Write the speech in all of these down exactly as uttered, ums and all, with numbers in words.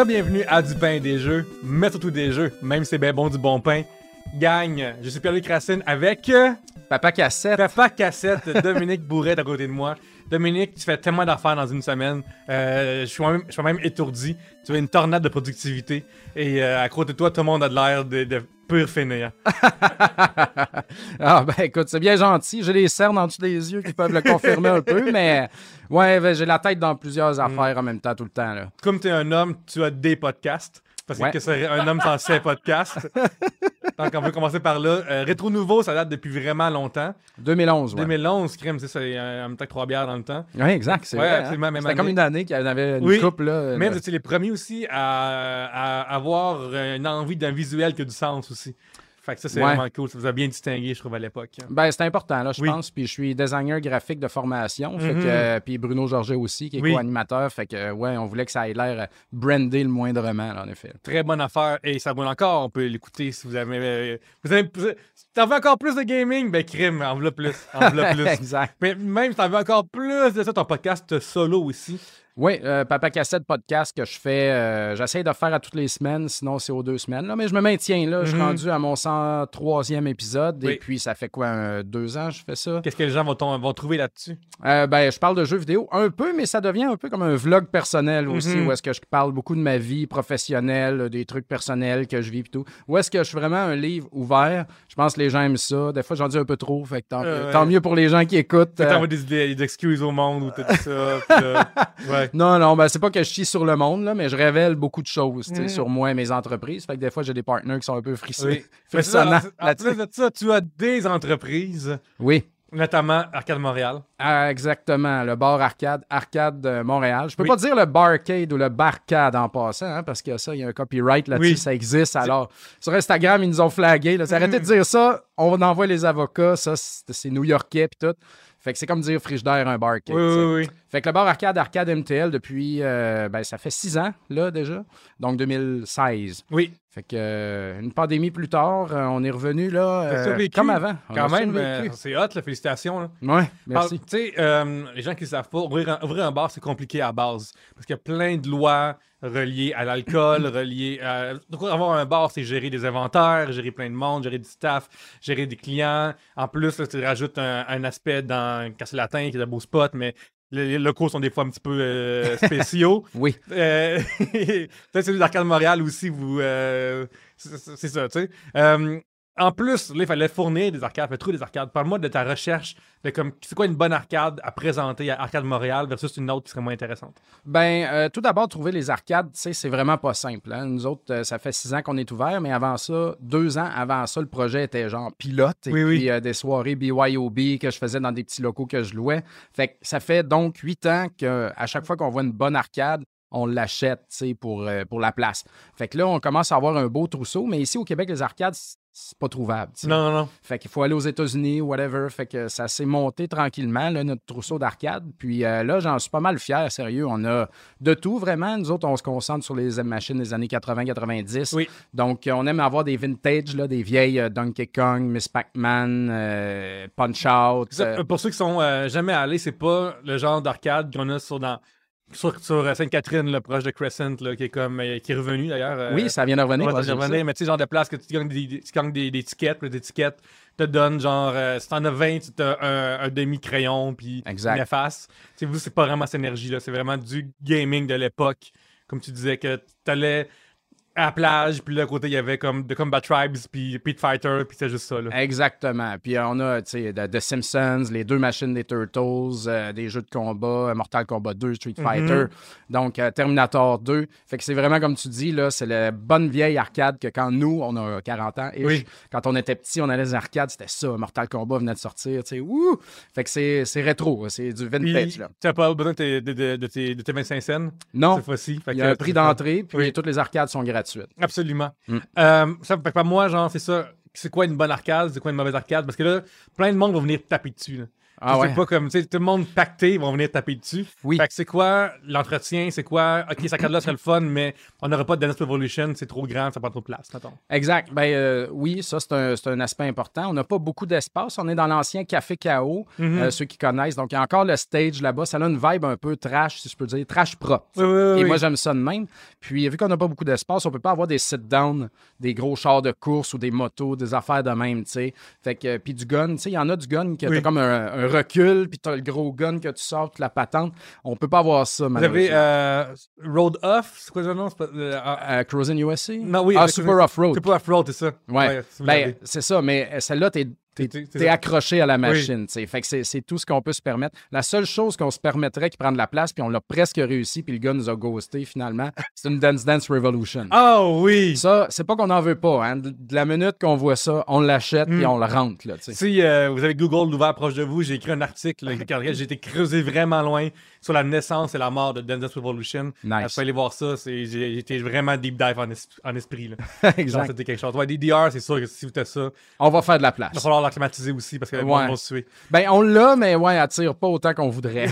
Re-bienvenue à Du pain et des jeux, mais surtout des jeux, même si c'est bien bon du bon pain. Gang, je suis Pierre-Luc Racine avec... euh, Papa Cassette. Papa Cassette, Dominique Bourret à côté de moi. Dominique, tu fais tellement d'affaires dans une semaine. Euh, je suis même, je suis même étourdi. Tu as une tornade de productivité. Et euh, à côté de toi, tout le monde a de l'air de, de pur fainéant. Ah ben écoute, c'est bien gentil. J'ai les cernes en dessous des yeux qui peuvent le confirmer un peu, mais ouais, ben, j'ai la tête dans plusieurs affaires en même temps tout le temps. Là. Comme tu es un homme, tu as des podcasts. Parce Ouais. que c'est un homme sans ses podcasts. Donc, on peut commencer par là. Euh, Rétro Nouveau, ça date depuis vraiment longtemps. deux mille onze, ouais. deux mille onze, crème, c'est ça, euh, en même temps que trois bières dans le temps. Oui, exact, c'est Ouais, vrai. absolument, Hein? même C'était année. comme une année qu'il y en avait une Oui. couple. Là, Même, là. vous étiez les premiers aussi à, à avoir une envie d'un visuel qui a du sens aussi. Fait que ça, c'est Ouais. vraiment cool. Ça vous a bien distingué, je trouve, à l'époque. Ben, c'est important, là, je Oui. pense. Puis je suis designer graphique de formation. Fait Mhm. que, euh, puis Bruno Georget aussi, qui est Oui. co-animateur. Fait que, euh, ouais, on voulait que ça ait l'air euh, brandé le moindrement, là, en effet. Très bonne affaire. Et ça roule encore. On peut l'écouter si vous avez... euh, vous avez vous avez- si t'en veux encore plus de gaming, ben crime, en veux plus. En veux plus. Exact. Mais même si t'en veux encore plus de ça, ton podcast solo aussi. Oui, euh, Papa Cassette podcast que je fais, euh, j'essaie de faire à toutes les semaines, sinon c'est aux deux semaines. Là, mais je me maintiens là, je suis Mhm. rendu à mon cent troisième épisode Oui. et puis ça fait quoi, un- deux ans que je fais ça? Qu'est-ce que les gens vont, ton- vont trouver là-dessus? Euh, ben, je parle de jeux vidéo un peu, mais ça devient un peu comme un vlog personnel aussi, Mhm. où est-ce que je parle beaucoup de ma vie professionnelle, des trucs personnels que je vis et tout. Où est-ce que je suis vraiment un livre ouvert? Je pense que les gens aiment ça. Des fois, j'en dis un peu trop, fait que tant, Euh, ouais. tant mieux pour les gens qui écoutent. Tu euh, t'envoies des, idées- des excuses au monde ou tout ça. Puis là, ouais. Non, non, ben c'est pas que je chie sur le monde, là, mais je révèle beaucoup de choses tu sais, Mhm. sur moi et mes entreprises. Fait que des fois, j'ai des partenaires qui sont un peu frissés. Oui. Mais ça, frissonnants en là-dessus. plus de ça, tu as des entreprises, Oui, notamment Arcade Montréal. ah, exactement. Le bar arcade, Arcade de Montréal. Je peux Oui. pas dire le barcade ou le barcade en passant, hein, parce que ça, il y a un copyright là-dessus, Oui. ça existe. Alors, sur Instagram, ils nous ont flagué. Là. Arrêtez de dire ça, on envoie les avocats, ça, c'est c'est new-yorkais pis tout. Fait que c'est comme dire frigidaire un barcade. Oui, tu sais. oui, oui. Fait que le bar arcade, Arcade M T L, depuis, euh, ben, ça fait six ans, là, déjà. Donc, deux mille seize. Oui. Fait que, euh, une pandémie plus tard, euh, on est revenu, là, T'as euh, survécu. comme avant. On Quand a même, survécu. euh, c'est hot, là, félicitations. Là. Ouais, Par- merci. Tu sais, euh, les gens qui ne savent pas, ouvrir un, ouvrir un bar, c'est compliqué à base. Parce qu'il y a plein de lois reliées à l'alcool, reliées à... Donc, avoir un bar, c'est gérer des inventaires, gérer plein de monde, gérer du staff, gérer des clients. En plus, là, tu rajoutes un, un aspect dans Casse Latin, qui est un beau spot, mais les, les locaux sont des fois un petit peu euh, spéciaux. Oui. Euh, Peut-être celui d'Arcade Montréal aussi, vous... euh, c'est c'est- c'est ça, tu sais. Euh, en plus, là, il fallait fournir des arcades, fallait trouver des arcades. Parle-moi de ta recherche de comme c'est quoi une bonne arcade à présenter à Arcade Montréal versus une autre qui serait moins intéressante. Ben, euh, tout d'abord, trouver les arcades, tu sais, c'est vraiment pas simple. Hein. Nous autres, euh, ça fait six ans qu'on est ouvert, mais avant ça, deux ans avant ça, le projet était genre pilote. Et Oui, puis, oui. euh, des soirées B Y O B que je faisais dans des petits locaux que je louais. Fait que ça fait donc huit ans qu'à chaque fois qu'on voit une bonne arcade, on l'achète, tu sais, pour, euh, pour la place. Fait que là, on commence à avoir un beau trousseau, mais ici, au Québec, les arcades, c- c'est pas trouvable. tu sais. Non, non, non. Fait qu'il faut aller aux États-Unis, whatever. Fait que ça s'est monté tranquillement, là, notre trousseau d'arcade. Puis euh, là, j'en suis pas mal fier, sérieux. On a de tout, vraiment. Nous autres, on se concentre sur les machines des années quatre-vingts quatre-vingt-dix. Oui. Donc, euh, on aime avoir des vintage, là, des vieilles euh, Donkey Kong, Miss Pac-Man, euh, Punch-Out. Ça, euh, pour ceux qui sont euh, jamais allés, c'est pas le genre d'arcade qu'on a sur, dans, sur, sur euh, Sainte-Catherine, le proche de Crescent, là, qui est comme euh, qui est revenu d'ailleurs. euh, oui, ça vient de revenir. Ouais, ouais, ça vient j'ai de vu revenir, mais tu sais, genre de place que tu gagnes des, des- tu gagnes des, des tickets, puis les étiquettes te donnent genre, euh, si t'en as vingt, tu as un, un demi-crayon, puis Exact. une efface. Tu sais, vous, c'est pas vraiment cette énergie-là, c'est vraiment du gaming de l'époque. Comme tu disais, que t'allais à la plage, puis là, à côté, il y avait comme The Combat Tribes, puis Pit Fighter, puis c'est juste ça, là. Exactement. Puis euh, on a, tu sais, The, The Simpsons, les deux machines des Turtles, euh, des jeux de combat, euh, Mortal Kombat deux, Street Mhm. Fighter, donc euh, Terminator deux. Fait que c'est vraiment, comme tu dis, là, c'est la bonne vieille arcade que quand nous, on a quarante ans, ish, Oui. quand on était petit, on allait aux arcades, c'était ça. Mortal Kombat venait de sortir, tu sais, ouh! Fait que c'est c'est rétro, c'est du Puis, vintage, là. tu n'as pas besoin de tes, de, de- de tes, de tes vingt-cinq cents Non, cette fois-ci. Fait il y que a un c'est prix fun. d'entrée, puis Oui. toutes les arcades sont gratuites. Absolument. Mm. Euh, ça fait pas moi, genre, c'est ça. C'est quoi une bonne arcade? C'est quoi une mauvaise arcade? Parce que là, plein de monde va venir te taper dessus. Là. Ah ouais. C'est pas comme, tu sais, tout le monde pacté vont venir taper dessus. Oui. Fait que c'est quoi l'entretien? C'est quoi, OK, cette carte-là serait le fun, mais on n'aurait pas de Dance Revolution, c'est trop grand, ça prend trop de place, mettons. Exact. Ben euh, oui, ça, c'est un, c'est un aspect important. On n'a pas beaucoup d'espace. On est dans l'ancien Café K O, Mm-hmm. euh, ceux qui connaissent. Donc, il y a encore le stage là-bas. Ça a une vibe un peu trash, si je peux dire, trash propre. Oui, oui, oui, Et oui. moi, j'aime ça de même. Puis, vu qu'on n'a pas beaucoup d'espace, on peut pas avoir des sit-down, des gros chars de course ou des motos, des affaires de même, tu sais. Fait que, puis du gun, tu sais, il y en a du gun qui Oui. a comme un, un recul, puis t'as le gros gun que tu sors, toute la patente. On peut pas avoir ça, Vous avez malheureusement. euh, Road Off, c'est quoi le nom? C'est pas, euh, ah, Euh, Cruising U S A? non, oui. Ah, avec- Super Off-Road. Super Off-Road, c'est ça. Ouais. si vous Ben, l'avez. c'est ça, mais euh, celle-là, t'es, t'es, C'est- c'est t'es ça. accroché à la machine, tu sais. Fait que c'est, c'est tout ce qu'on peut se permettre. La seule chose qu'on se permettrait qui prend de la place, puis on l'a presque réussi, puis le gars nous a ghosté finalement, c'est une Dance Dance Revolution. Oh oui! Ça, c'est pas qu'on n'en veut pas, hein. De, de la minute qu'on voit ça, on l'achète, puis Mm. on le rentre, là, tu sais. Si euh, vous avez Google ouvert proche de vous, j'ai écrit un article avec lequel j'ai été creusé vraiment loin sur la naissance et la mort de Dance Dance Revolution. Nice. Euh, faut aller voir ça. C'est, j'ai, j'ai été vraiment deep dive en, es- en esprit. Là. Genre, Exact. c'était quelque chose. Ouais, D D R, c'est sûr que si vous faites ça, On va faire de la il va place. falloir l'acclimatiser aussi parce que le Ouais. monde va se tuer. Ben, on l'a, mais ouais, elle tire pas autant qu'on voudrait.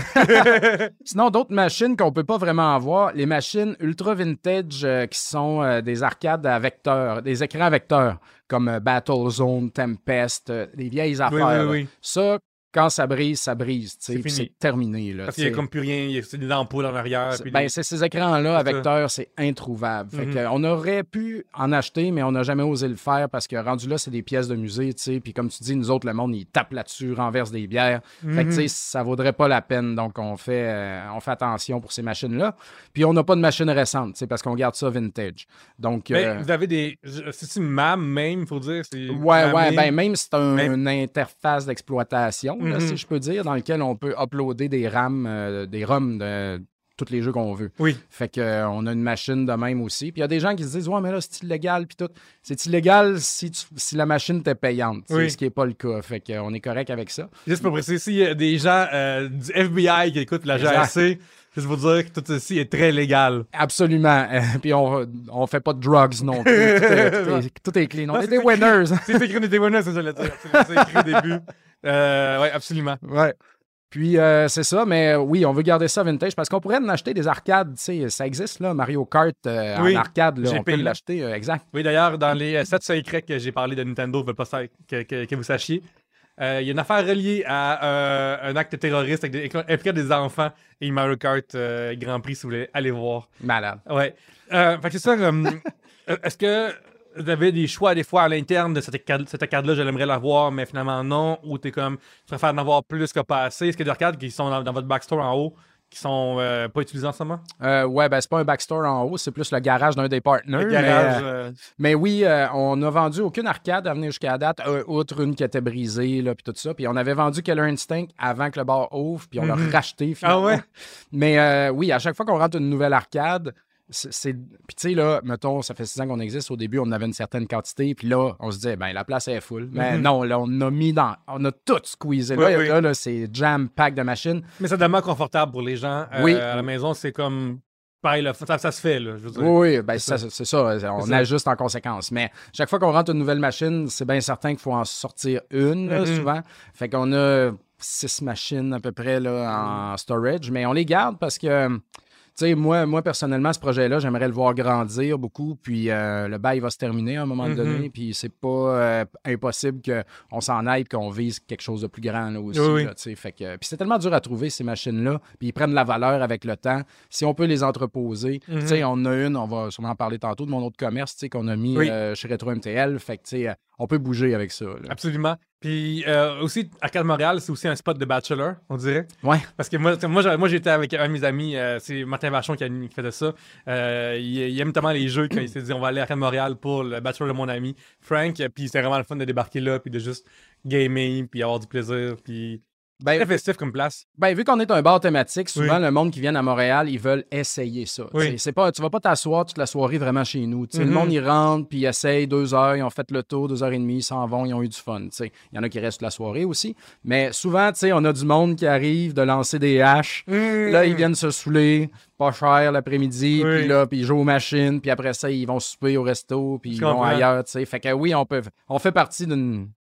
Sinon, d'autres machines qu'on peut pas vraiment avoir, les machines ultra vintage euh, qui sont euh, des arcades à vecteurs, des écrans à vecteurs, comme euh, Battlezone, Tempest, euh, les vieilles affaires. oui, là. oui. Ça, quand ça brise, ça brise, tu sais, C'est puis fini. c'est terminé. Là, Parce tu qu'il y a sais. comme plus rien, il y a c'est des ampoules en arrière. C'est- puis Ben, des- c'est ces écrans-là à C'est ça. vecteurs, c'est introuvable. Fait Mhm. que, euh, on aurait pu en acheter, mais on n'a jamais osé le faire parce que rendu là, c'est des pièces de musée, tu sais. Puis comme tu dis, nous autres, le monde, il tape là-dessus, renverse des bières. Fait que, tu sais, Mhm. ça vaudrait pas la peine. Donc, on fait, euh, on fait attention pour ces machines-là. Puis, on n'a pas de machines récentes, tu sais, parce qu'on garde ça vintage. Donc, Mais euh, vous avez des. je- C'est-tu MAM même, faut dire? C'est ouais, MAMé? ouais, ben même c'est un- Même- une interface d'exploitation, là, Mhm. si je peux dire, dans lequel on peut uploader des RAM, euh, des ROM de tous les jeux qu'on veut. Oui. Fait que euh, on a une machine de même aussi. Puis il y a des gens qui se disent ouais, mais là, c'est illégal puis tout. C'est illégal si, tu- si la machine t'est payante, tu sais, Oui. ce qui n'est pas le cas. Fait que, euh, on est correct avec ça. Juste pour préciser, s'il y a des gens euh, du F B I qui écoutent la G R C, juste vous dire que tout ceci est très légal. Absolument. Euh, puis on, on fait pas de drugs non plus. Tout est, tout est- tout est clean. On Non, est c'est des écrit. winners. C'est écrit des winners, c'est ça, je voulais dire. C'est c'est écrit au début. Euh, ouais, absolument. Ouais. Puis euh, c'est ça, mais euh, oui, on veut garder ça vintage parce qu'on pourrait en acheter des arcades, tu sais, ça existe là, Mario Kart euh, Oui, en arcade, là, G on P, peut là. l'acheter, euh, exact. Oui, d'ailleurs, dans les sept secrets que j'ai parlé de Nintendo, je veux pas ça- que, que, que vous sachiez, euh, il y a une affaire reliée à euh, un acte terroriste avec des, impliquant des enfants et Mario Kart euh, Grand Prix, si vous voulez aller voir. Malade. Ouais. Euh, fait que c'est ça. euh, euh, Est-ce que vous avez des choix des fois à l'interne de cette arcade- cette arcade-là, je l'aimerais l'avoir, mais finalement non, ou t'es comme, tu préfères en avoir plus que pas assez? Est-ce qu'il y a des arcades qui sont dans, dans votre backstore en haut qui sont euh, pas utilisées en ce moment? Euh, ouais, ben c'est pas un backstore en haut, c'est plus le garage d'un des partners. Le mais, garage. euh, euh, Mais oui, euh, on n'a vendu aucune arcade à venir jusqu'à la date, euh, outre une qui était brisée, là, puis tout ça. Puis on avait vendu Killer Instinct avant que le bar ouvre, puis on l'a Mhm. racheté finalement. Ah ouais? Mais euh, oui, à chaque fois qu'on rentre une nouvelle arcade, c'est... c'est- Puis tu sais, là, mettons, ça fait six ans qu'on existe. Au début, on avait une certaine quantité, puis là, on se disait, ben la place est full. Mais Mhm. non, là, on a mis dans... On a tout squeezé. Oui, là, oui. là, là, c'est jam-pack de machines. Mais c'est tellement confortable pour les gens. Euh, Oui. À la maison, c'est comme. Pareil, là, ça, ça se fait, là. Je veux dire. Oui, oui, ben C'est ça, c'est ça. On C'est ça. ajuste en conséquence. Mais chaque fois qu'on rentre une nouvelle machine, c'est bien certain qu'il faut en sortir une, là, Mhm. souvent. Fait qu'on a six machines à peu près là, en storage, mais on les garde parce que, tu sais, moi, moi, personnellement, ce projet-là, j'aimerais le voir grandir beaucoup, puis euh, le bail va se terminer à un moment Mhm. donné, puis c'est pas euh, impossible qu'on s'en aille et qu'on vise quelque chose de plus grand là, aussi. Oui, oui. là, tu sais. Fait que, puis c'est tellement dur à trouver, ces machines-là, puis ils prennent la valeur avec le temps. Si on peut les entreposer, Mhm. tu sais, on en a une, on va sûrement en parler tantôt, de mon autre commerce, tu sais, qu'on a mis Oui. euh, chez Retro M T L, fait que, tu sais, euh, on peut bouger avec ça. là. Absolument. Puis euh, aussi, Arcade Montréal, c'est aussi un spot de bachelor, on dirait. Ouais. Parce que moi, t'sais, moi, j'ai- moi j'étais avec un de mes amis, euh, c'est Martin Vachon qui, a- qui faisait ça. Euh, il, il aime tellement les jeux qu'il s'est dit on va aller à Arcade Montréal pour le bachelor de mon ami Frank. Puis c'était vraiment le fun de débarquer là, puis de juste gamer, puis avoir du plaisir. Puis Ben, très festif comme place. Ben, vu qu'on est un bar thématique, souvent, Oui. le monde qui vient à Montréal, ils veulent essayer ça. Oui. C'est- C'est pas, tu vas pas t'asseoir toute la soirée vraiment chez nous. Tu sais, Mhm. Le monde, ils rentrent, puis ils essayent deux heures, ils ont fait le tour, deux heures et demie, ils s'en vont, ils ont eu du fun. tu sais. Il y en a qui restent toute la soirée aussi. Mais souvent, tu sais, on a du monde qui arrive de lancer des haches. Là, ils viennent se saouler, pas cher l'après-midi, Oui. puis là, puis ils jouent aux machines, puis après ça, ils vont souper au resto, puis ils Je vont comprends. ailleurs, tu sais. Fait que oui, on peut, on fait partie d'une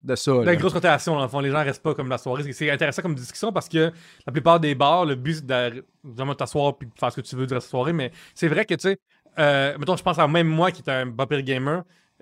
de ça. La là. grosse rotation, dans le fond, les gens restent pas comme la soirée. C'est intéressant comme discussion parce que la plupart des bars, le but, c'est de vraiment t'asseoir et faire ce que tu veux durant la soirée. Mais c'est vrai que, tu sais, euh, mettons, je pense à même moi qui est un pas pire gamer,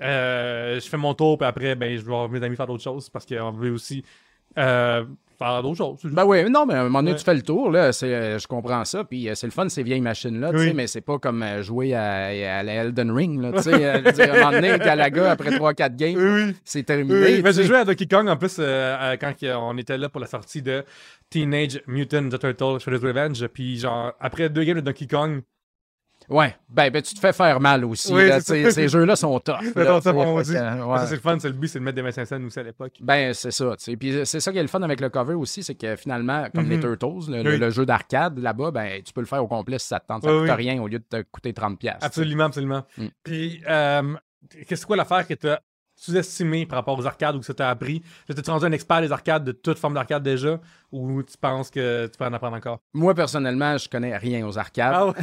euh, je fais mon tour, puis après, ben, je vais voir mes amis faire d'autres choses parce qu'on veut aussi euh, faire d'autres choses. Ben oui, non, mais à un moment donné, Ouais. tu fais le tour, là, c'est, euh, je comprends ça, puis euh, c'est le fun, ces vieilles machines-là, tu Oui. sais, mais c'est pas comme euh, jouer à, à la Elden Ring, là, tu sais, euh, je veux dire, à un moment donné, Galaga, après trois quatre games, Oui, oui. c'est terminé. Oui, tu ben, j'ai sais. joué à Donkey Kong en plus euh, euh, quand on était là pour la sortie de Teenage Mutant Ninja Turtle Shredder's Revenge. Puis genre, après deux games de Donkey Kong, Ouais, ben, ben, tu te fais faire mal aussi, Oui, là, c'est tu sais, ça. ces jeux-là sont tough. C'est là, tough, tu sais, on fait dit. que, euh, ouais. ça c'est le fun, c'est le but, c'est de mettre des mains scène aussi à l'époque. Ben, c'est ça, tu sais. Puis c'est ça qui est le fun avec le cover aussi, c'est que finalement, comme les Mhm. Turtles, le, Oui. le- le jeu d'arcade, là-bas, ben, tu peux le faire au complet si ça te tente. Ça Oui, coûte oui. rien au lieu de te coûter trente dollars. Absolument, absolument. Mm. Puis, euh, qu'est-ce quoi l'affaire que tu as sous-estimé par rapport aux arcades ou que ça t'a appris? T'es-tu rendu un expert des arcades, de toute forme d'arcade déjà, ou tu penses que tu peux en apprendre encore? Moi, personnellement, je connais rien aux arcades. Ah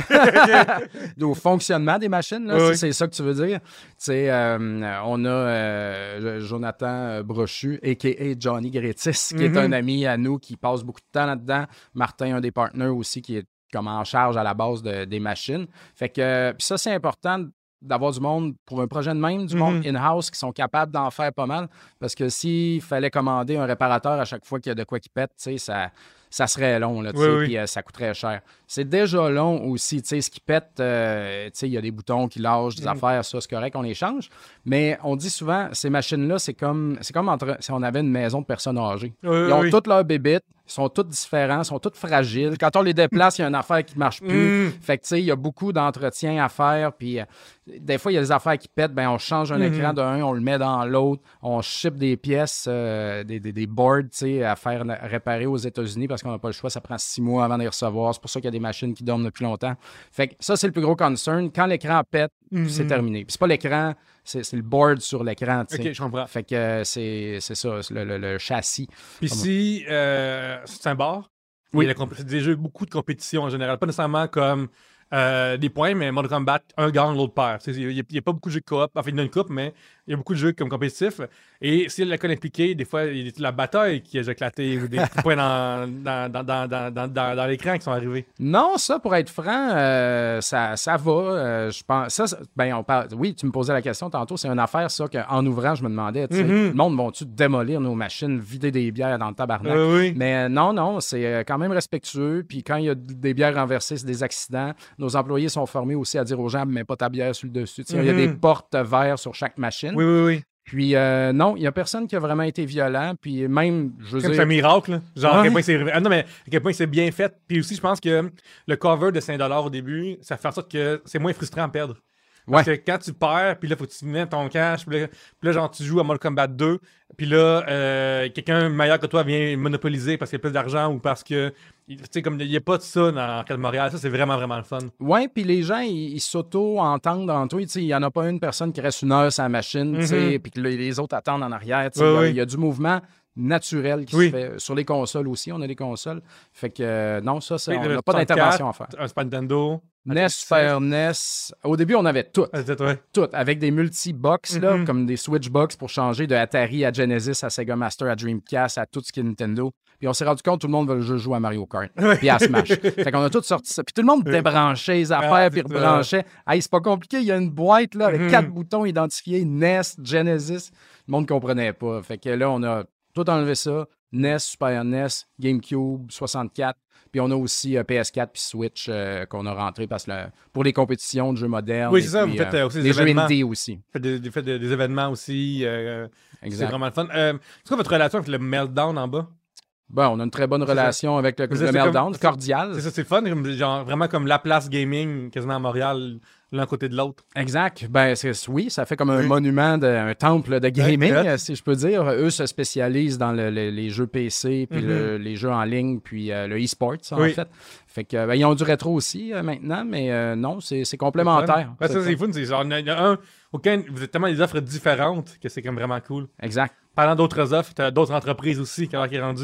ouais? Au fonctionnement des machines, là, Oui, si oui. c'est ça que tu veux dire. Tu sais, euh, on a euh, Jonathan euh, Brochu, a k a. Johnny Grétis, qui est Mhm. un ami à nous qui passe beaucoup de temps là-dedans. Martin, un des partenaires aussi, qui est comme en charge à la base de- des machines. Fait que, euh, puis ça, c'est important d'avoir du monde, pour un projet de même, du Mhm. monde in-house qui sont capables d'en faire pas mal. Parce que s'il fallait commander un réparateur à chaque fois qu'il y a de quoi qui pète, tu sais, ça, ça serait long, là, tu Oui, sais, oui. puis euh, ça coûterait cher. C'est déjà long aussi, tu sais, ce qui pète, euh, tu sais, il y a des boutons qui lâchent, des Mhm. affaires, ça, c'est correct, on les change. Mais on dit souvent, ces machines-là, c'est comme, c'est comme entre, si on avait une maison de personnes âgées. Oui, Ils ont oui. toutes leurs bébites, ils sont toutes différents, ils sont toutes fragiles. Quand on les déplace, il y a une affaire qui ne marche plus. Mm. Fait que, tu sais, il y a beaucoup d'entretien à faire. Puis, euh, des fois, il y a des affaires qui pètent. Ben, on change un Mhm. écran d'un, on le met dans l'autre. On ship des pièces, euh, des, des, des boards, tu sais, à faire na- réparer aux États-Unis parce qu'on n'a pas le choix. Ça prend six mois avant de les recevoir. C'est pour ça qu'il y a des machines qui dorment depuis longtemps. Fait que ça, c'est le plus gros concern. Quand l'écran pète, Mhm. c'est terminé. Puis, c'est pas l'écran, c'est c'est le board sur l'écran, tu sais. Ok, je comprends. Fait que euh, c'est c'est ça, c'est le, le- le châssis. Puis si euh, c'est un bar, Oui. il y a la comp- c'est des jeux beaucoup de compétition en général. Pas nécessairement comme euh, des points, mais Mortal Kombat, un gagne, l'autre perd. Tu sais, Il n'y a, pas beaucoup de jeux de coop. Enfin, il y en a une coupe, mais il y a beaucoup de jeux comme compétitifs. Et si la con impliquée, des fois, il y a la bataille qui a éclaté ou des petits points dans, dans, dans, dans, dans, dans, dans- dans l'écran qui sont arrivés. Non, ça, pour être franc, euh, ça, ça va. euh, je pense. Ça, ça- ben, on parle. Oui, tu me posais la question tantôt. C'est une affaire, ça, qu'en ouvrant, je me demandais, tu sais, Mhm. le monde vont-tu démolir nos machines, vider des bières dans le tabarnak? Euh, oui. Mais euh, non, non, c'est euh, quand même respectueux. Puis quand il y a des bières renversées, c'est des accidents. Nos employés sont formés aussi à dire aux gens, mets pas ta bière sur le dessus. Tu sais, Il y a Mhm. des portes verres sur chaque machine. Oui, oui, oui. Puis euh, non, il n'y a personne qui a vraiment été violent. Puis même, je veux Comme dire. c'est un miracle. Là. Genre, à Ouais. quel point c'est. Ah non, mais à quel point c'est bien fait. Puis aussi, je pense que le cover de cinq dollars au début, ça fait en sorte que c'est moins frustrant à perdre. Parce Ouais. que quand tu perds, puis là, faut que tu mettes ton cash, puis là, puis là, genre, tu joues à Mortal Kombat deux, puis là, euh, quelqu'un meilleur que toi vient monopoliser parce qu'il y a plus d'argent ou parce que. Tu sais, comme il n'y a pas de ça dans Arcade Montréal. Ça, c'est vraiment, vraiment le fun. Oui, puis les gens, ils, ils s'auto-entendent entre eux. Tu sais, il n'y en a pas une personne qui reste une heure sur la machine, tu sais, Mhm. puis que les les autres attendent en arrière. Tu sais. Oui, il, y a, oui. il y a du mouvement naturel qui Oui. se fait. Sur les consoles aussi, on a des consoles. Fait que euh, non, ça, c'est- Oui, on le n'a pas d'intervention à faire. Un Super Nintendo. N E S, Super N E S. Au début, on avait tout. Ah, c'est ouais. Tout, avec des multi-box, là, Mhm. comme des Switch-box pour changer de Atari à Genesis, à Sega Master, à Dreamcast, à tout ce qui est Nintendo. Puis on s'est rendu compte que tout le monde veut juste jouer à Mario Kart, Ouais. puis à Smash. Fait qu'on a tout sorti ça. Puis tout le monde débranchait les affaires, Ah, puis c'est ça. rebranchait. Hey, c'est pas compliqué, il y a une boîte là, avec Mhm. quatre boutons identifiés, N E S, Genesis. Le monde comprenait pas. Fait que là, on a tout enlevé ça. N E S, Super N E S, GameCube, soixante-quatre. Puis on a aussi euh, P S quatre puis Switch euh, qu'on a rentré parce que le- pour les compétitions de jeux modernes. Oui, et c'est ça, puis, vous faites, euh, aussi des des jeux événements. indie aussi. Faites des, des, faites des, des événements aussi. euh, c'est Exact. vraiment le fun. Euh, c'est quoi votre relation avec le Meltdown en bas? Bon, on a une très bonne C'est relation avec le, C'est- le c'est Meltdown, comme- c'est- cordial. C'est ça, c'est fun. comme- Genre, vraiment comme la place gaming, quasiment à Montréal, l'un côté de l'autre. Exact. Ben, c'est- oui, ça fait comme un Oui. monument, de, un temple de gaming, Ouais, euh, si je peux dire. Eux se spécialisent dans le- le- les jeux P C, puis Mhm. le- les jeux en ligne, puis euh, le e-sport, en Oui. fait. Fait que, ben, ils ont du rétro aussi euh, maintenant, mais euh, non, c'est c'est complémentaire. Ouais, C'est ça, le c'est fun. fun. C'est genre, il y en a- il y en a un auquel vous avez tellement des offres différentes que c'est comme vraiment cool. Exact. Parlant d'autres offres, tu as d'autres entreprises aussi qui qui est rendu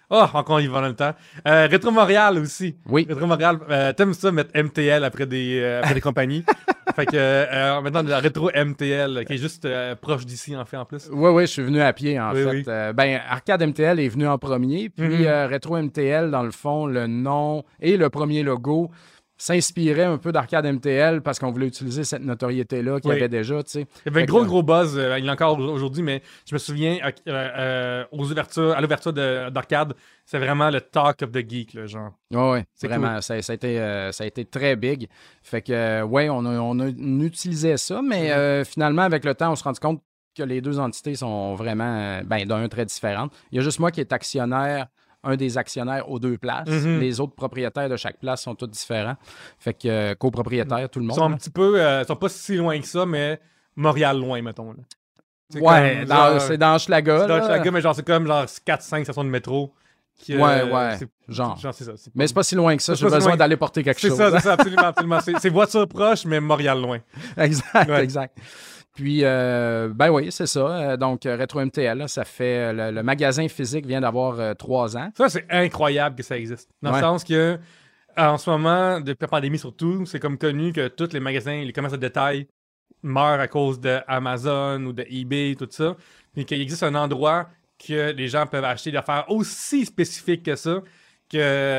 Oh, encore il va dans le temps. Euh, Rétro Montréal aussi. Oui. Rétro Montréal, euh, t'aimes ça mettre M T L après des, euh, après des compagnies. Fait que euh, maintenant, la Rétro M T L, qui est juste euh, proche d'ici, en fait, en plus. Oui, oui, je suis venu à pied, en Oui, fait. oui. Euh, ben, Arcade M T L est venu en premier, puis Mhm. euh, Retro M T L, dans le fond, le nom et le premier logo s'inspirait un peu d'Arcade M T L parce qu'on voulait utiliser cette notoriété-là qu'il y Oui. avait déjà, tu sais. Il y avait un Fait gros, que- gros buzz. euh, il y en a encore aujourd'hui, mais je me souviens, euh, euh, aux ouvertures, à l'ouverture de- d'Arcade, c'est vraiment le talk of the geek, là, genre. Ouais, ouais, C'est vraiment, ça, ça a été, euh, ça a été très big. Fait que, euh, ouais, on, a, on, a- on utilisait ça, mais Mhm. euh, finalement, avec le temps, on se rend compte que les deux entités sont vraiment, euh, ben, d'un, très différentes. Il y a juste moi qui est actionnaire, un des actionnaires aux deux places. Mhm. Les autres propriétaires de chaque place sont tous différents. Fait que, euh, copropriétaires, tout le Ils monde. sont un là. petit peu, euh, ils sont pas si loin que ça, mais Montréal loin, mettons. Là. C'est Ouais, comme, dans- genre, c'est dans Schlaga. c'est dans là. Hochelaga, mais genre, c'est comme genre quatre cinq stations de métro. Qui, Ouais, euh, ouais, c'est- genre. Genre, c'est ça. C'est Mais c'est pas si loin que ça. C'est J'ai pas si besoin loin. d'aller porter quelque C'est chose. ça, c'est ça, absolument, absolument. C'est c'est voiture proche, mais Montréal loin. Exact, Ouais. exact. Puis, euh, ben oui, c'est ça. Euh, Donc, euh, Retro M T L, là, ça fait. Le, le magasin physique vient d'avoir euh, trois ans. Ça, c'est incroyable que ça existe. Dans Ouais. le sens que, en ce moment, depuis la pandémie surtout, c'est comme connu que tous les magasins, les commerces de détail meurent à cause de Amazon ou de eBay, tout ça. Puis qu'il existe un endroit que les gens peuvent acheter des affaires aussi spécifiques que ça, que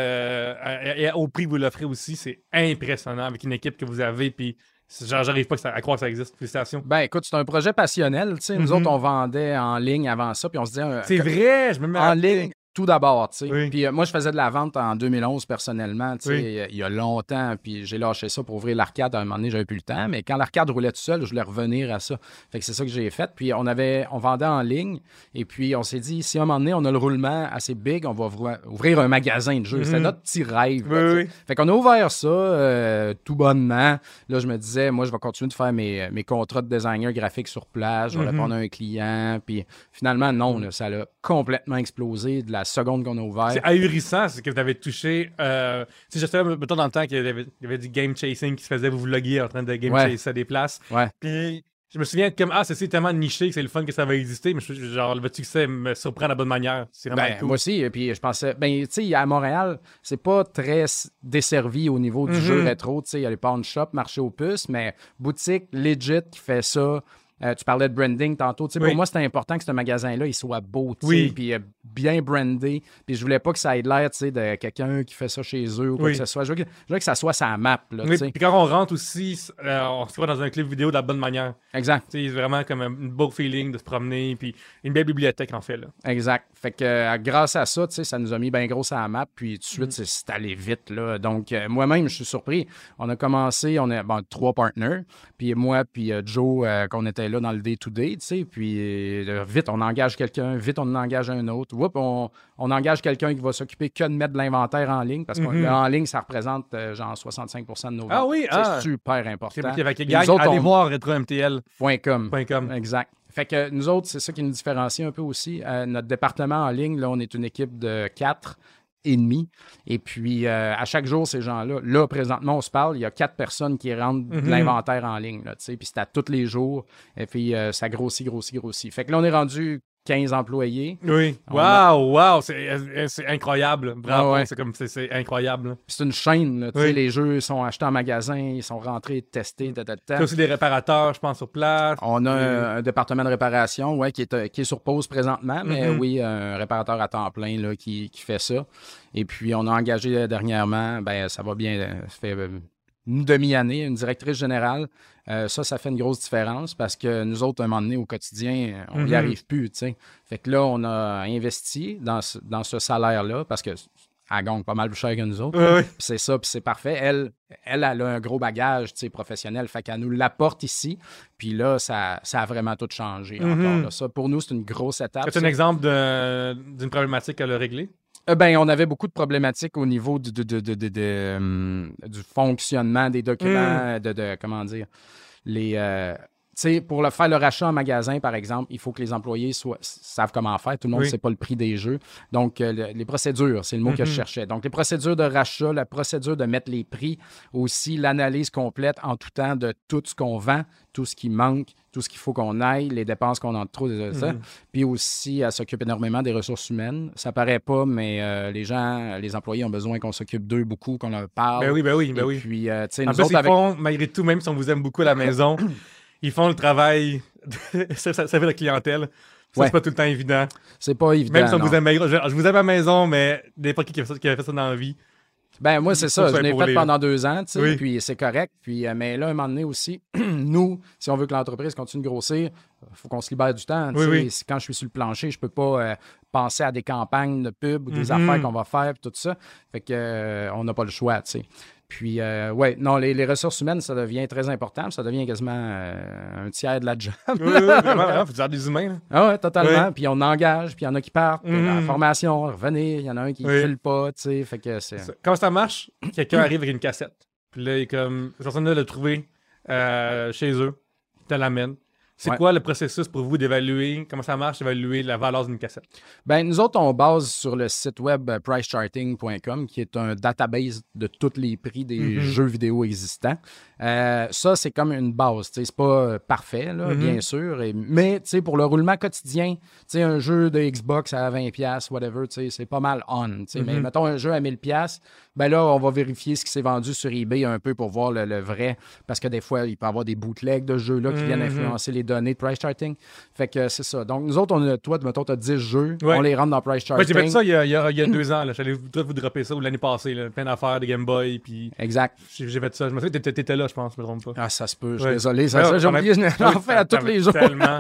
euh, et au prix que vous l'offrez aussi, c'est impressionnant avec une équipe que vous avez. Puis, c'est- genre, j'arrive pas que ça- à croire que ça existe. Félicitations. Ben écoute, c'est un projet passionnel. Tu sais, nous Mhm. autres, on vendait en ligne avant ça, puis on se disait. euh, C'est que- vrai, je me mets à- En ligne, tout d'abord, tu sais. Oui. Puis euh, moi, je faisais de la vente en deux mille onze personnellement, tu sais, Oui. il y a- il y a longtemps, puis j'ai lâché ça pour ouvrir l'arcade. À un moment donné, j'avais plus le temps, mais quand l'arcade roulait tout seul, je voulais revenir à ça. Fait que c'est ça que j'ai fait. Puis on avait, on vendait en ligne, et puis on s'est dit, si à un moment donné, on a le roulement assez big, on va ouvrir, ouvrir un magasin de jeux. Mhm. C'était notre petit rêve. Oui, là, tu sais. oui. Fait qu'on a ouvert ça euh, tout bonnement. Là, je me disais, moi, je vais continuer de faire mes, mes contrats de designer graphique sur place. Je vais Mhm. répondre à un client. Puis finalement, non, là, ça a complètement explosé de la seconde qu'on a ouvert. C'est ahurissant, c'est que vous avez touché. Euh, tu sais, je savais, mettons, dans le temps qu'il y avait, il y avait du game chasing qui se faisait, vous vloguiez en train de game Ouais. chaser des places. Ouais. Puis je me souviens comme, ah, c'est c'est tellement niché que c'est le fun que ça va exister, mais je, genre, le succès me surprend de la bonne manière. C'est vraiment Ben, cool. moi aussi, et puis je pensais, ben, tu sais, à Montréal, c'est pas très s- desservi au niveau du Mhm. jeu rétro, tu sais, il y a les pawn shops, marché aux puces, mais boutique legit qui fait ça. Euh, tu parlais de branding tantôt. Tu sais, Oui. Pour moi, c'était important que ce magasin-là, il soit beau, tu sais, Oui. puis euh, bien brandé. Puis je voulais pas que ça ait l'air, tu sais, de quelqu'un qui fait ça chez eux ou quoi Oui. que ce soit. Je voulais que, je voulais que ça soit sa map, là, tu Oui, sais. puis quand on rentre aussi, euh, on se voit dans un clip vidéo de la bonne manière. Exact. Tu sais, c'est vraiment comme un beau feeling de se promener, puis une belle bibliothèque en fait. Là. Exact. Fait que euh, grâce à ça, tu sais, ça nous a mis bien gros à la map, puis tout de suite, Mm. c'est- c'est allé vite, là. Donc, euh, moi-même, je suis surpris. On a commencé, on est, bon, trois partners, puis moi, puis euh, Joe, euh, qu'on était là dans le day-to-day, tu sais, puis euh, vite, on engage quelqu'un, vite, on en engage un autre. Whoop, on, on engage quelqu'un qui va s'occuper que de mettre de l'inventaire en ligne, parce que Mhm. en ligne, ça représente euh, genre soixante-cinq pour cent de nos ventes. Ah oui, C'est ah. super C'est important. avec les Puis gars, nous autres, allez on- voir retro m t l Point com. point com. Exact. Fait que nous autres, c'est ça qui nous différencie un peu aussi. Euh, notre département en ligne, là, on est une équipe de quatre et demi. Et puis, euh, à chaque jour, ces gens-là, là, présentement, on se parle, il y a quatre personnes qui rentrent de Mhm. l'inventaire en ligne, là, tu sais, puis c'est à tous les jours. Et puis, euh, ça grossit, grossit, grossit. Fait que là, on est rendu quinze employés. Oui. On a- Waouh, waouh, c'est euh, c'est incroyable. Bravo, Ah ouais. c'est comme c'est- c'est incroyable. Puis c'est une chaîne, là, tu sais, Oui. les jeux sont achetés en magasin, ils sont rentrés, testés, ta, ta, ta. Il y a aussi des réparateurs, je pense, sur place. On a un, un département de réparation ouais, qui, est, euh, qui est sur pause présentement, mais Mhm. oui, un réparateur à temps plein là, qui, qui fait ça. Et puis, on a engagé euh, dernièrement, ben, ça va bien, euh, ça fait euh, une demi-année, une directrice générale. Euh, ça, ça fait une grosse différence parce que nous autres, à un moment donné, au quotidien, euh, on n'y Mhm. arrive plus, tu sais. Fait que là, on a investi dans ce, dans ce salaire-là parce que elle gagne pas mal plus cher que nous autres. Oui, oui. Puis c'est ça, puis c'est parfait. Elle, elle, elle a un gros bagage, tu sais, professionnel, fait qu'elle nous l'apporte ici. Puis là, ça, ça a vraiment tout changé Mhm. encore. là. Ça, pour nous, c'est une grosse étape. C'est un ça. exemple de- d'une problématique qu'elle a réglée. Euh, ben, on avait beaucoup de problématiques au niveau du, de- de- de- de- de, hum, du fonctionnement des documents, de, de- comment dire, les... euh, tu sais, pour le, faire le rachat en magasin, par exemple, il faut que les employés soient, savent comment faire. Tout le monde ne Oui. sait pas le prix des jeux. Donc, euh, le- les procédures, c'est le mot que je Mhm. cherchais. Donc, les procédures de rachat, la procédure de mettre les prix, aussi l'analyse complète en tout temps de tout ce qu'on vend, tout ce qui manque, tout ce qu'il faut qu'on aille, les dépenses qu'on a de trop, de ça. Mhm. Puis aussi, elle s'occupe énormément des ressources humaines. Ça paraît pas, mais euh, les gens, les employés ont besoin qu'on s'occupe d'eux beaucoup, qu'on leur parle. Ben oui, ben oui, ben Et oui. puis, euh, tu sais, En nous plus, autres, ils avec... font, malgré tout, même si on vous aime beaucoup à la maison, ils font le travail de ça, ça, ça fait la clientèle. Ça, Ouais. c'est pas tout le temps évident. C'est pas évident. Même si on non. vous aime, je, je vous aime à la maison, mais n'importe qui qui a fait ça, qui a fait ça dans la vie. Ben, moi, c'est Faut ça. que Je ça l'ai épauler, fait là. pendant deux ans, tu sais, Oui. puis c'est correct. Puis, euh, mais là, un moment donné aussi, nous, si on veut que l'entreprise continue de grossir, il faut qu'on se libère du temps. tu Oui, sais. oui. Si- Quand je suis sur le plancher, je peux pas euh, penser à des campagnes de pub ou des Mhm. affaires qu'on va faire, puis tout ça. Fait que euh, on n'a pas le choix, tu sais. Puis, euh, ouais, non, les, les ressources humaines, ça devient très important. puis Ça devient quasiment euh, un tiers de la job. Oui, oui, vraiment, vraiment, faut dire des humains. Là. Ah ouais, totalement. Oui. Puis on engage, puis il y en a qui partent, puis Mhm. la formation, revenir, il y en a un qui ne Oui. file pas, tu sais. Fait que c'est... Ça- Comment ça marche? Quelqu'un arrive avec une cassette. Puis là, il est comme. La personne l'a trouvé euh, chez eux. Tu l'amènes. C'est Ouais. quoi le processus pour vous d'évaluer? Comment ça marche d'évaluer la valeur d'une cassette? Ben, nous autres, on base sur le site web euh, price charting point com, qui est un database de tous les prix des Mhm. jeux vidéo existants. Euh, ça, c'est comme une base. tu sais, C'est pas euh, parfait, là, Mhm. bien sûr. et- mais tu sais, pour le roulement quotidien, tu sais, un jeu de Xbox à vingt dollars, whatever, tu sais, c'est pas mal on. tu sais. Mais Mhm. mettons un jeu à mille dollars, ben là, on va vérifier ce qui s'est vendu sur eBay un peu pour voir le, le vrai. Parce que des fois, il peut y avoir des bootlegs de jeux là, qui viennent Mhm. influencer les données de price charting. Fait que euh, c'est ça. Donc, nous autres, on a, toi, mettons, tu as dix jeux, Ouais. on les rentre dans price Moi, charting. j'ai fait ça il y a, il y a- il y a deux ans. là. J'allais vous, tout vous dropper ça, ou l'année passée. Là. Plein d'affaires, des Game Boy. Puis Exact. j'ai j'ai fait ça. Je me souviens que t'étais t'étais là, je pense, je me trompe pas. Ah, ça se peut. Je suis Ouais. désolé. Ça, Ouais, ça, j'ai on a- oublié. Je Ah l'en oui, fais à tous t'avais les jours. Tellement.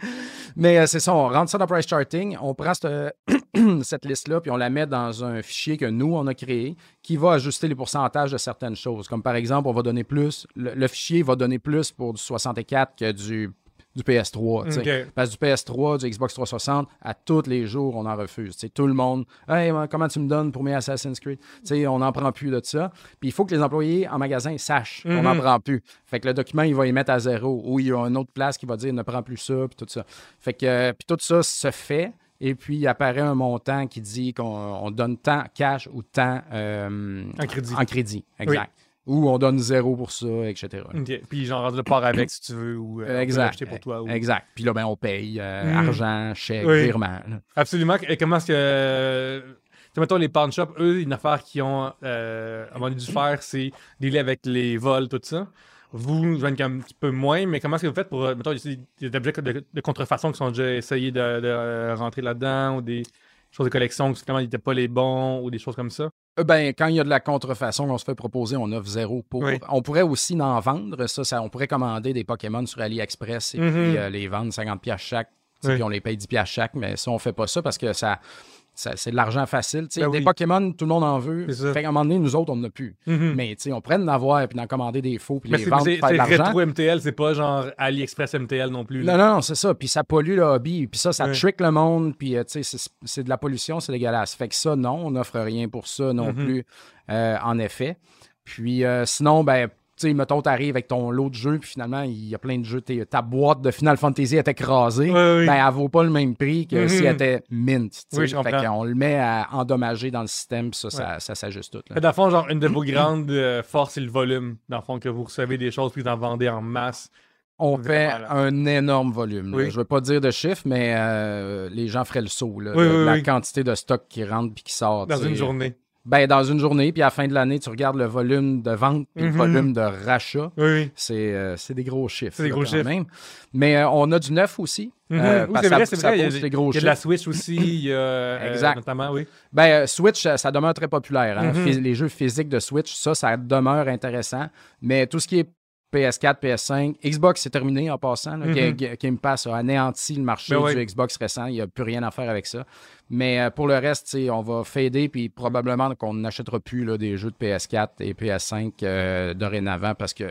Mais euh, c'est ça, on rentre ça dans price charting, on prend cette, cette liste-là, puis on la met dans un fichier que nous, on a créé, qui va ajuster les pourcentages de certaines choses. Comme par exemple, on va donner plus, le, le fichier va donner plus pour du soixante-quatre que du, du P S trois. tu sais. Ok. Parce que du P S trois, du Xbox trois cent soixante, à tous les jours, on en refuse. Tu sais, tout le monde, hey, comment tu me donnes pour mes Assassin's Creed? Tu sais, on n'en prend plus de ça. Puis il faut que les employés en magasin sachent qu'on n'en Mhm. prend plus. Fait que le document, il va y mettre à zéro. Ou il y a une autre place qui va dire ne prends plus ça, puis tout ça. Fait que, euh, puis tout ça se fait. Et puis, il apparaît un montant qui dit qu'on on donne tant cash ou tant euh, En crédit. en crédit. Exact. Ou on donne zéro pour ça, et cetera. Ok. Puis genre, le part avec si tu veux, ou euh, on peut Exact. l'acheter pour toi. ou- Exact. Puis là, ben, on paye euh, Mhm. argent, chèque, Oui. virement. là. Absolument. Et comment est-ce que. euh, tu sais, mettons, les pawn shops, eux, une affaire qu'ils ont euh, à un moment donné dû faire, c'est dealer avec les vols, tout ça. Vous, je vais un petit peu moins, mais comment est-ce que vous faites pour. euh, Mettons, il y a des objets de, de contrefaçon qui sont déjà essayés de, de, euh, rentrer là-dedans, ou des choses de collection qui finalement n'étaient pas les bons, ou des choses comme ça. Euh, Ben, quand il y a de la contrefaçon qu'on se fait proposer, on offre zéro pour. Oui. On pourrait aussi en vendre. Ça, ça, on pourrait commander des Pokémon sur AliExpress et Mhm. puis euh, les vendre cinquante dollars chaque. tu sais, Oui. Puis on les paye dix dollars chaque. Mais ça, on fait pas ça parce que ça, ça- c'est de l'argent facile. tu sais. Ben des oui. Pokémon, tout le monde en veut. C'est ça. Fait qu'à un moment donné, nous autres, on n'en a plus. Mhm. Mais tu sais, on pourrait en avoir puis d'en commander des faux puis Mais les c'est vendre c'est- pour faire de c'est l'argent. rétro M T L, c'est pas genre AliExpress M T L non plus. là. Non, non, non, c'est ça. Puis ça pollue le hobby. Puis ça, ça Ouais. trick le monde. Puis, euh, tu sais, c'est- c'est de la pollution, c'est dégueulasse. Fait que ça, non, on n'offre rien pour ça non Mhm. plus, euh, en effet. Puis euh, sinon, ben, tu sais, mettons, t'arrives avec ton lot de jeux, puis finalement, il y a plein de jeux. t'es- Ta boîte de Final Fantasy est écrasée. Ouais, oui. Ben, elle vaut pas le même prix que Mhm. si elle était mint. tu sais. Oui, je fait comprends. qu'on le met à endommager dans le système, puis ça, ça, ça s'ajuste tout. là. Fait, dans le fond, genre, une de vos grandes euh, forces, c'est le volume. Dans le fond, que vous recevez des choses puis vous en vendez en masse. On fait Voilà. un énorme volume. là. Oui. Je ne veux pas dire de chiffres, mais euh, les gens feraient le saut. Là, Oui, de- oui, de la oui. quantité de stock qui rentre puis qui sort. Dans tu sais. une journée. Ben, dans une journée, puis à la fin de l'année, tu regardes le volume de vente puis Mhm. le volume de rachat. Oui, oui. C'est euh, c'est des gros chiffres. C'est des là, gros quand chiffres. même. Mais euh, on a du neuf aussi. Mhm. euh, Oui, parce c'est que vrai, ça- c'est ça vrai. Il y a, pousse des- des gros il y a de la chiffres. Switch aussi. Il y a, euh, Exact. notamment, oui. Ben, euh, Switch, ça, ça demeure très populaire. hein. Mhm. Phys- Les jeux physiques de Switch, ça, ça demeure intéressant. Mais tout ce qui est P S quatre, P S cinq, Xbox, c'est terminé en passant. là. Mhm. Ga- Ga- Game Pass a anéanti le marché Ben ouais. du Xbox récent. Il n'y a plus rien à faire avec ça. Mais euh, pour le reste, tu sais, on va fader, puis probablement qu'on n'achètera plus là, des jeux de P S quatre et P S cinq euh, dorénavant parce que tu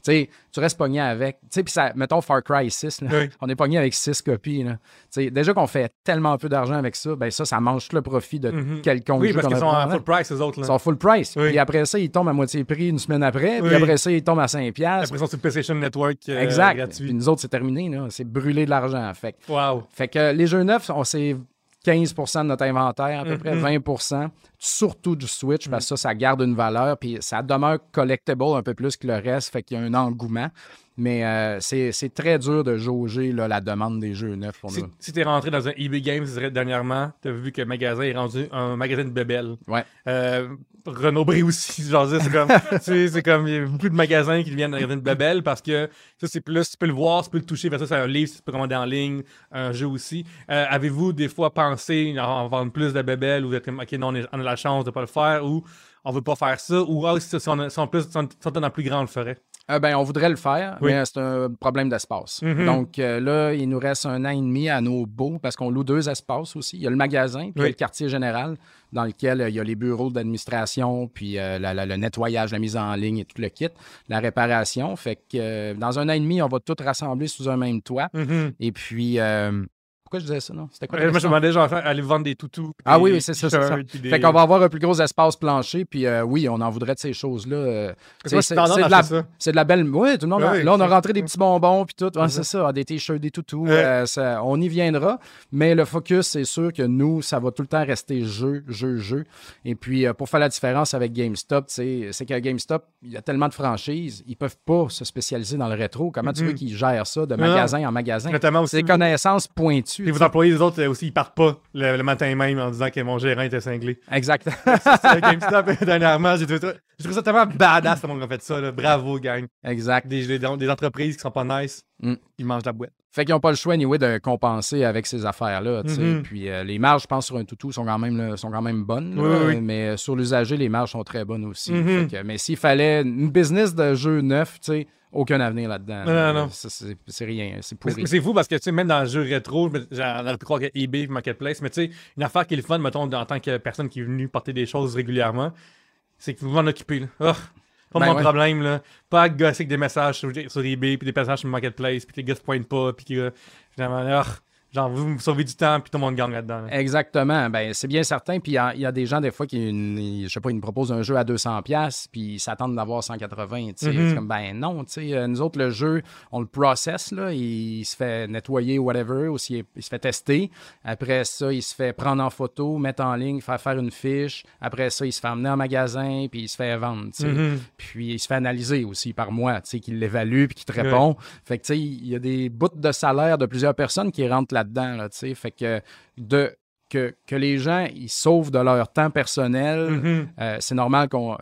sais, tu restes pogné avec. Tu sais, puis ça, mettons Far Cry six, là, Oui. on est pogné avec six copies. Là. Tu sais, déjà qu'on fait tellement peu d'argent avec ça, ben ça, ça mange tout le profit de Mhm. quelconque Oui, jeu parce qu'on qu'ils a sont pris à avant. full price, eux autres. Ils Là. sont full price. Oui. Puis après ça, ils tombent à moitié prix une semaine après. Puis Oui. après ça, ils tombent à cinq piastres. Après, ils sont sur PlayStation Network euh, Exact. gratuit. Puis nous autres, c'est terminé. Là. C'est brûler de l'argent. Fait, que- Wow. fait que les jeux neufs, on c'est quinze pour cent de notre inventaire, à peu près Mhm. vingt pour cent, surtout du Switch, parce que ça, ça garde une valeur, puis ça demeure collectible un peu plus que le reste, fait qu'il y a un engouement. Mais euh, c'est c'est très dur de jauger là, la demande des jeux neufs pour Si, nous. si t'es rentré dans un E B Games dernièrement, t'as vu que le magasin est rendu un magasin de bébelles. Ouais. Euh, Renaud Bré aussi, genre c'est comme, tu sais, c'est comme, il y a beaucoup de magasins qui deviennent un magasin de bébelles parce que ça c'est plus, tu peux le voir, tu peux le toucher, versus c'est un livre, tu peux commander en ligne, un jeu aussi. Euh, Avez-vous des fois pensé en, en vendre plus de bébelles ou vous êtes comme, ok, non, on, est- on a la chance de pas le faire ou on veut pas faire ça ou ah, si, si on, a- si on plus, si on, si on était dans plus grand, on le ferait. Euh, ben, on voudrait le faire, Oui. mais c'est un problème d'espace. Mhm. Donc euh, là, il nous reste un an et demi à nos baux parce qu'on loue deux espaces aussi. Il y a le magasin, puis il y a Oui. le quartier général dans lequel euh, il y a les bureaux d'administration, puis euh, la- la- le nettoyage, la mise en ligne et tout le kit, la réparation. Fait que euh, dans un an et demi, on va tout rassembler sous un même toit. Mhm. Et puis, euh, pourquoi je disais ça, non? C'était quoi la Euh, Moi, je question? me demandais, genre, aller vendre des toutous. Ah des oui, oui, c'est ça, c'est ça. t-shirts, puis des- Fait qu'on va avoir un plus gros espace plancher, puis euh, oui, on en voudrait de ces choses-là. euh, C'est tu quoi, sais, c'est tendance c'est de, à la, faire ça? c'est de la belle... Oui, tout le monde... Oui, a- oui, là, on a c'est- rentré des petits bonbons, puis tout. Ouais, C'est c'est ça, des t-shirts, des toutous. Ouais. euh, ça- on y viendra, mais le focus, c'est sûr que nous, ça va tout le temps rester jeu, jeu, jeu. Et puis, euh, pour faire la différence avec GameStop, tu sais, c'est qu'à GameStop, il y a tellement de franchises, ils peuvent pas se spécialiser dans le rétro. Comment tu Mhm. veux qu'ils gèrent ça de Non. magasin en magasin? Notamment aussi. C'est des connaissances pointues. Et vos employés, les autres, euh, aussi, ils partent pas le, le matin même en disant que mon gérant était cinglé. Exact. C'est GameStop, dernièrement, j'ai trouvé ça, j'ai trouvé ça tellement badass comment on a fait ça. Là. Bravo, gang. exact. Des, des, des entreprises qui sont pas nice, Mm. ils mangent la boîte. Fait qu'ils n'ont pas le choix, anyway, de compenser avec ces affaires-là. tu sais. Mhm. Puis euh, les marges, je pense, sur un toutou sont quand même, là, sont quand même bonnes. là. Oui, oui, oui. Mais euh, sur l'usager, les marges sont très bonnes aussi. Mhm. Fait que- mais s'il fallait une business de jeu neuf, tu sais, aucun avenir là-dedans. Non, là. non, non. Ça, C'est c'est rien, c'est Mais, pourri. mais c'est fou parce que, tu sais, même dans le jeu rétro, je me- j'en aurais pu croire que eBay, Marketplace, mais tu sais, une affaire qui est le fun, mettons, en tant que personne qui est venue porter des choses régulièrement, c'est que vous m'en occupez, là. Oh, pas Ben mon ouais. problème, là. Pas à gosser avec des messages sur, sur eBay, puis des messages sur Marketplace, puis que les gars se pointent pas, puis que, finalement, oh, genre, vous me sauvez du temps, puis tout le monde gagne là-dedans. là. Exactement. Ben, c'est bien certain. Puis il y a- il y, a des gens, des fois, qui, ils- je sais pas, ils nous proposent un jeu à deux cents pièces puis ils s'attendent d'avoir cent quatre-vingts. tu sais. Mhm. C'est comme, ben non, tu sais, euh, nous autres, le jeu, on le process, là, il se fait nettoyer, whatever, ou s'il est- il se fait tester. Après ça, il se fait prendre en photo, mettre en ligne, faire faire une fiche. Après ça, il se fait emmener en magasin, puis il se fait vendre, tu sais. Mhm. Puis il se fait analyser aussi par moi, tu sais, qui l'évalue puis qui te répond. Fait que, tu sais, il y a des bouts de salaire de plusieurs personnes qui rentrent là-dedans, là, tu sais. Fait que de que, que les gens, ils sauvent de leur temps personnel, Mhm. euh, c'est normal qu'on...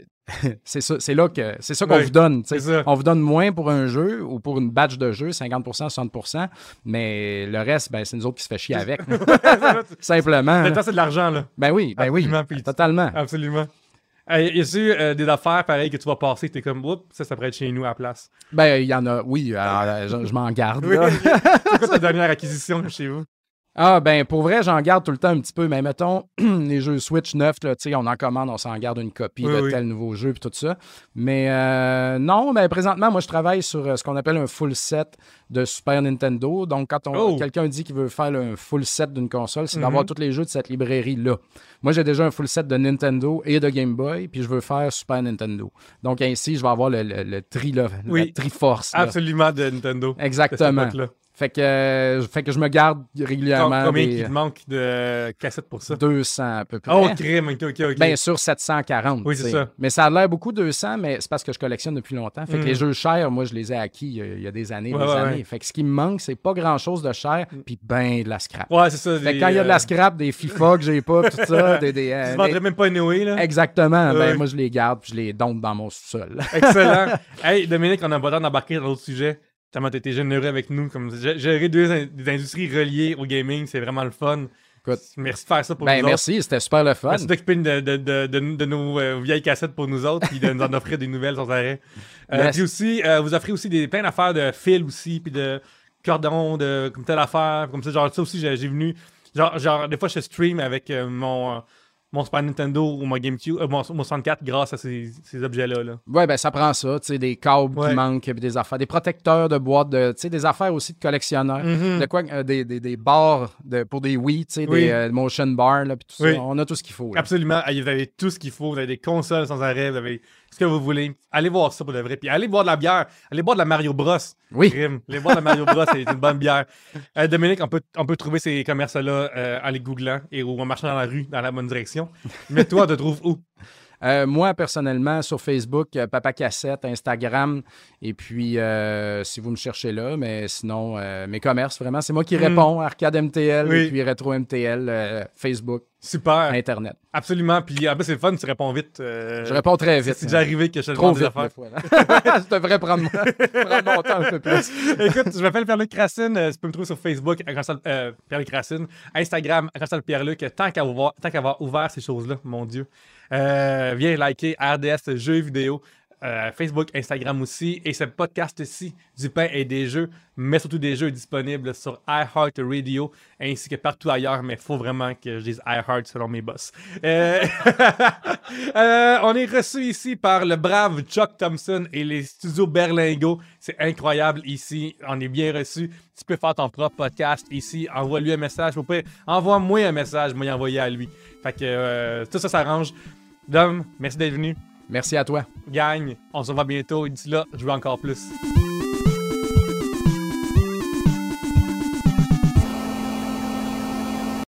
c'est ça, c'est là que c'est ça qu'on Oui, vous donne. tu sais. c'est ça. On vous donne moins pour un jeu ou pour une batch de jeu, cinquante pour cent, soixante pour cent, mais le reste, ben, c'est nous autres qui se fait chier avec. Simplement. Le là. temps, c'est de l'argent, là. Ben oui, ben oui. Absolument, puis- Totalement. Absolument. Hey, y a-tu euh, des affaires pareilles que tu vas passer, que t'es comme, oups, ça, ça pourrait être chez nous à la place? Ben, il y en a, oui, euh, je, je m'en garde. Oui. là. C'est quoi ta dernière acquisition chez vous? Ah, ben, pour vrai, j'en garde tout le temps un petit peu, mais mettons, les jeux Switch neufs, là, tu sais, on en commande, on s'en garde une copie Oui, de oui. tel nouveau jeu puis tout ça. Mais euh, non, ben, présentement, moi, je travaille sur euh, ce qu'on appelle un full set de Super Nintendo. Donc, quand on, Oh. quelqu'un dit qu'il veut faire là, un full set d'une console, c'est Mhm. d'avoir tous les jeux de cette librairie-là. Moi, j'ai déjà un full set de Nintendo et de Game Boy, puis je veux faire Super Nintendo. Donc, ainsi, je vais avoir le, le, le tri, là, Oui. la Triforce. là. Absolument de Nintendo. Exactement. De cette époque-là. Fait que, euh, fait que je me garde régulièrement Combien des il te manque de cassettes pour ça? deux cents à peu près. Oh, crème, ok, ok, ok. Bien sûr, sept cent quarante. Oui, c'est tu sais. ça. Mais ça a l'air beaucoup deux cents, mais c'est parce que je collectionne depuis longtemps. Fait Mm. que les jeux chers, moi, je les ai acquis il y a, il y a des années, Ouais, des ouais, années. ouais. Fait que ce qui me manque, c'est pas grand-chose de cher, puis ben de la scrap. Ouais, c'est ça. Fait que des, quand il y a de euh, la scrap, des FIFA que j'ai pas, pis tout ça, des... des, Tu euh, te vendrais des- même pas Noé, là. Exactement. Ouais. Ben, moi, je les garde, puis je les dompe dans mon sous-sol. Excellent. Hey, Dominique, on a pas le temps d'embarquer dans l'autre sujet. Tellement t'as été généreux avec nous. Comme gé- gérer deux in- des industries reliées au gaming, c'est vraiment le fun. Écoute. Merci de faire ça pour Ben, nous autres. merci, c'était super le fun. Merci de t'occuper de, de, de, de, de nos euh, vieilles cassettes pour nous autres, puis de nous en offrir des nouvelles sans arrêt. Euh, Yes. Puis aussi, euh, vous offrez aussi des, plein d'affaires de fils aussi, puis de cordons, de comme telle affaire, comme ça. Genre, ça aussi, j'ai j'ai venu. Genre, genre, des fois, je stream avec euh, mon, euh, mon Super Nintendo ou mon GameCube, euh, mon, mon soixante-quatre grâce à ces, ces objets-là. Là. Ouais, ben ça prend ça, tu sais, des câbles Ouais. qui manquent, puis des affaires, des protecteurs de boîtes, de, tu sais, des affaires aussi de collectionneurs, Mhm. de quoi, euh, des, des, des barres de, pour des Wii, tu sais, Oui. des euh, motion bars, là, puis tout Oui. ça. On a tout ce qu'il faut. Là. Absolument. Ah, vous avez tout ce qu'il faut. Vous avez des consoles sans arrêt. Vous avez ce que vous voulez. Allez voir ça pour de vrai. Puis allez boire de la bière. Allez boire de la Mario Bros. Oui. Crime. Allez boire de la Mario Bros. C'est une bonne bière. Euh, Dominique, on peut, on peut trouver ces commerces-là euh, en les googlant et ou en marchant dans la rue dans la bonne direction. Mais toi, on te trouve où? Euh, moi, personnellement, sur Facebook, euh, Papa Cassette, Instagram, et puis euh, si vous me cherchez là, mais sinon, euh, mes commerces, vraiment, c'est moi qui réponds, Arcade M T L, Oui. et puis Retro M T L, euh, Facebook, Super. Internet. Absolument. Puis en plus, c'est le fun, tu réponds vite. euh, Je réponds très vite. C'est déjà arrivé que je te Trop demande des vite, affaires. des fois. là. Je devrais prendre, mon- prendre mon temps un peu plus. Écoute, je m'appelle Pierre-Luc Racine. euh, Tu peux me trouver sur Facebook, à Console- euh, Pierre-Luc Racine. Instagram, à Console Pierre-Luc. Tant qu'à ouvert- tant qu'avoir ouvert ces choses-là, mon Dieu. Euh, viens liker R D S Jeux vidéo. euh, Facebook, Instagram aussi. Et ce podcast-ci, du pain et des jeux, mais surtout des jeux disponibles sur iHeartRadio ainsi que partout ailleurs. Mais il faut vraiment que je dise iHeart selon mes boss. Euh, euh, on est reçu ici par le brave Chuck Thompson et les studios Berlingo. C'est incroyable ici. On est bien reçu. Tu peux faire ton propre podcast ici. Envoie-lui un message. Faut pas... Envoie-moi un message. Moi, y envoyer à lui. Fait que euh, tout ça s'arrange. Dom, merci d'être venu. Merci à toi. Gagne. On se revoit bientôt. Et d'ici là, je veux encore plus.